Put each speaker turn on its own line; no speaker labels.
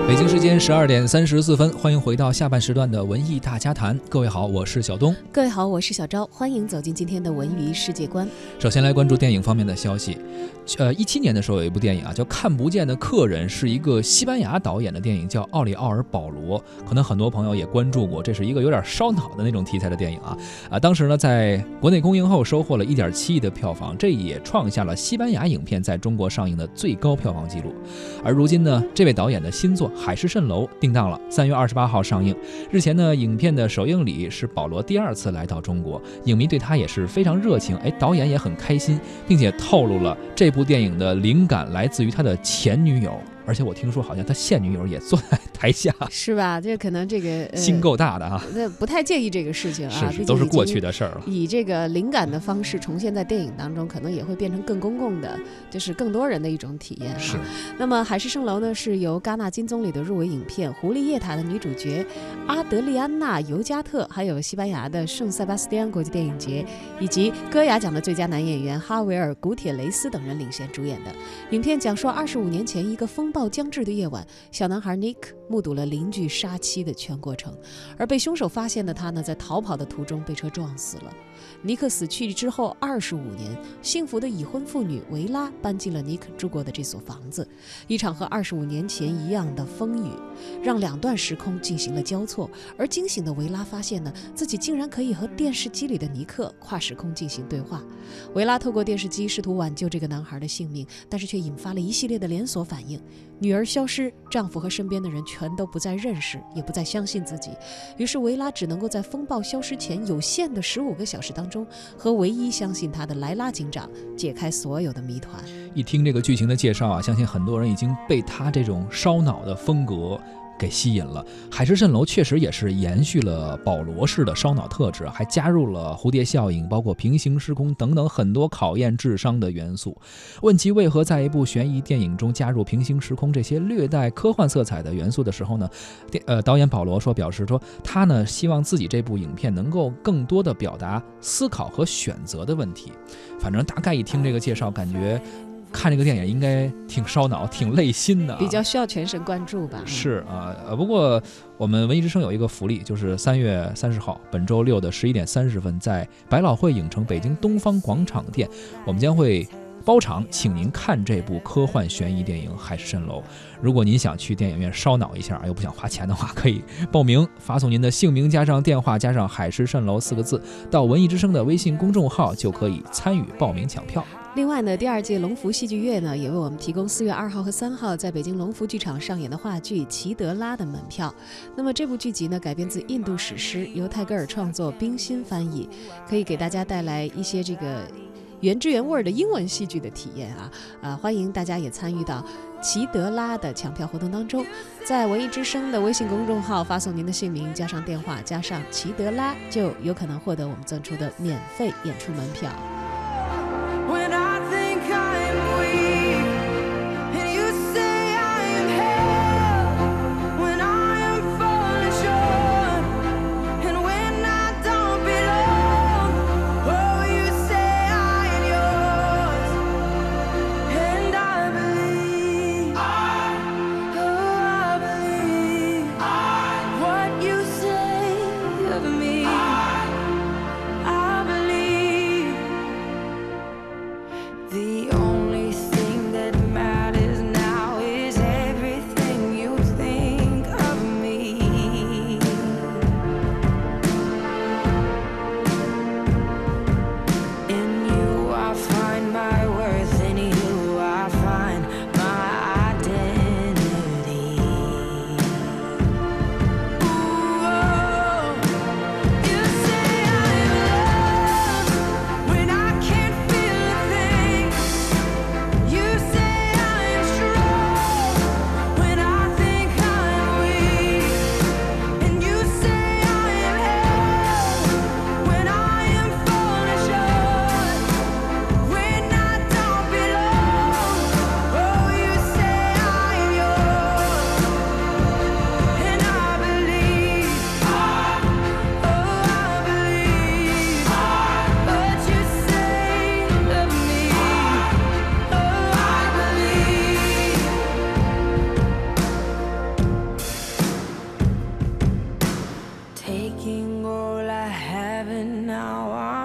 北京时间12点34分，欢迎回到下半时段的文艺大家谈。各位好，我是小东。
各位好，我是小昭，欢迎走进今天的文娱世界观。
首先来关注电影方面的消息。17年的时候有一部电影叫《看不见的客人》，是一个西班牙导演的电影，叫奥里奥尔·保罗。可能很多朋友也关注过，这是一个有点烧脑的那种题材的电影当时呢，在国内公映后收获了1.7亿的票房，这也创下了西班牙影片在中国上映的最高票房纪录。而如今呢，这位导演的新作《海市蜃楼》定档了3月28号上映。日前呢，影片的首映礼是保罗第2次来到中国，影迷对他也是非常热情，导演也很开心，并且透露了这部电影的灵感来自于他的前女友。而且我听说好像他现女友也坐在台下，
是吧？这可能这个
心够大的
不太介意这个事情
是都是过去的事儿了。
以这个灵感的方式重现在电影当中，可能也会变成更公共的，就是更多人的一种体验
是。
那么《海市蜃楼》呢，是由戛纳金棕榈的入围影片《狐狸夜塔》的女主角阿德利安娜·尤加特，还有西班牙的圣塞巴斯蒂安国际电影节以及戈雅奖的最佳男演员哈维尔·古铁雷斯等人领衔主演的影片，讲述25年前一个风暴将至的夜晚，小男孩 Nick 目睹了邻居杀妻的全过程，而被凶手发现的他呢，在逃跑的途中被车撞死了。尼克死去之后25年，幸福的已婚妇女维拉搬进了尼克住过的这所房子。一场和25年前一样的风雨，让2段时空进行了交错，而惊醒的维拉发现呢，自己竟然可以和电视机里的尼克跨时空进行对话。维拉透过电视机试图挽救这个男孩的性命，但是却引发了一系列的连锁反应。女儿消失，丈夫和身边的人全都不再认识，也不再相信自己。于是维拉只能够在风暴消失前有限的15个小时当中，和唯一相信她的莱拉警长解开所有的谜团。
一听这个剧情的介绍相信很多人已经被他这种烧脑的风格给吸引了。海市蜃楼确实也是延续了保罗式的烧脑特质，还加入了蝴蝶效应，包括平行时空等等很多考验智商的元素。问及为何在一部悬疑电影中加入平行时空这些略带科幻色彩的元素的时候呢，导演保罗表示说，他呢希望自己这部影片能够更多的表达思考和选择的问题。反正大概一听这个介绍，感觉看这个电影应该挺烧脑挺累心的
比较需要全神贯注吧。
是不过我们文艺之声有一个福利，就是3月30号本周六的11点30分，在百老汇影城北京东方广场店，我们将会包场请您看这部科幻悬疑电影《海市蜃楼》。如果您想去电影院烧脑一下又不想花钱的话，可以报名，发送您的姓名加上电话加上海市蜃楼4个字到文艺之声的微信公众号，就可以参与报名抢票。
另外呢，第2届龙福戏剧月呢，也为我们提供4月2号和3号在北京龙福剧场上演的话剧《齐德拉》的门票。那么这部剧集呢，改编自印度史诗，由泰戈尔创作，冰心翻译，可以给大家带来一些这个原汁原味的英文戏剧的体验欢迎大家也参与到齐德拉的抢票活动当中，在文艺之声的微信公众号发送您的姓名加上电话加上齐德拉，就有可能获得我们赠出的免费演出门票。
Losing all I have and now I'm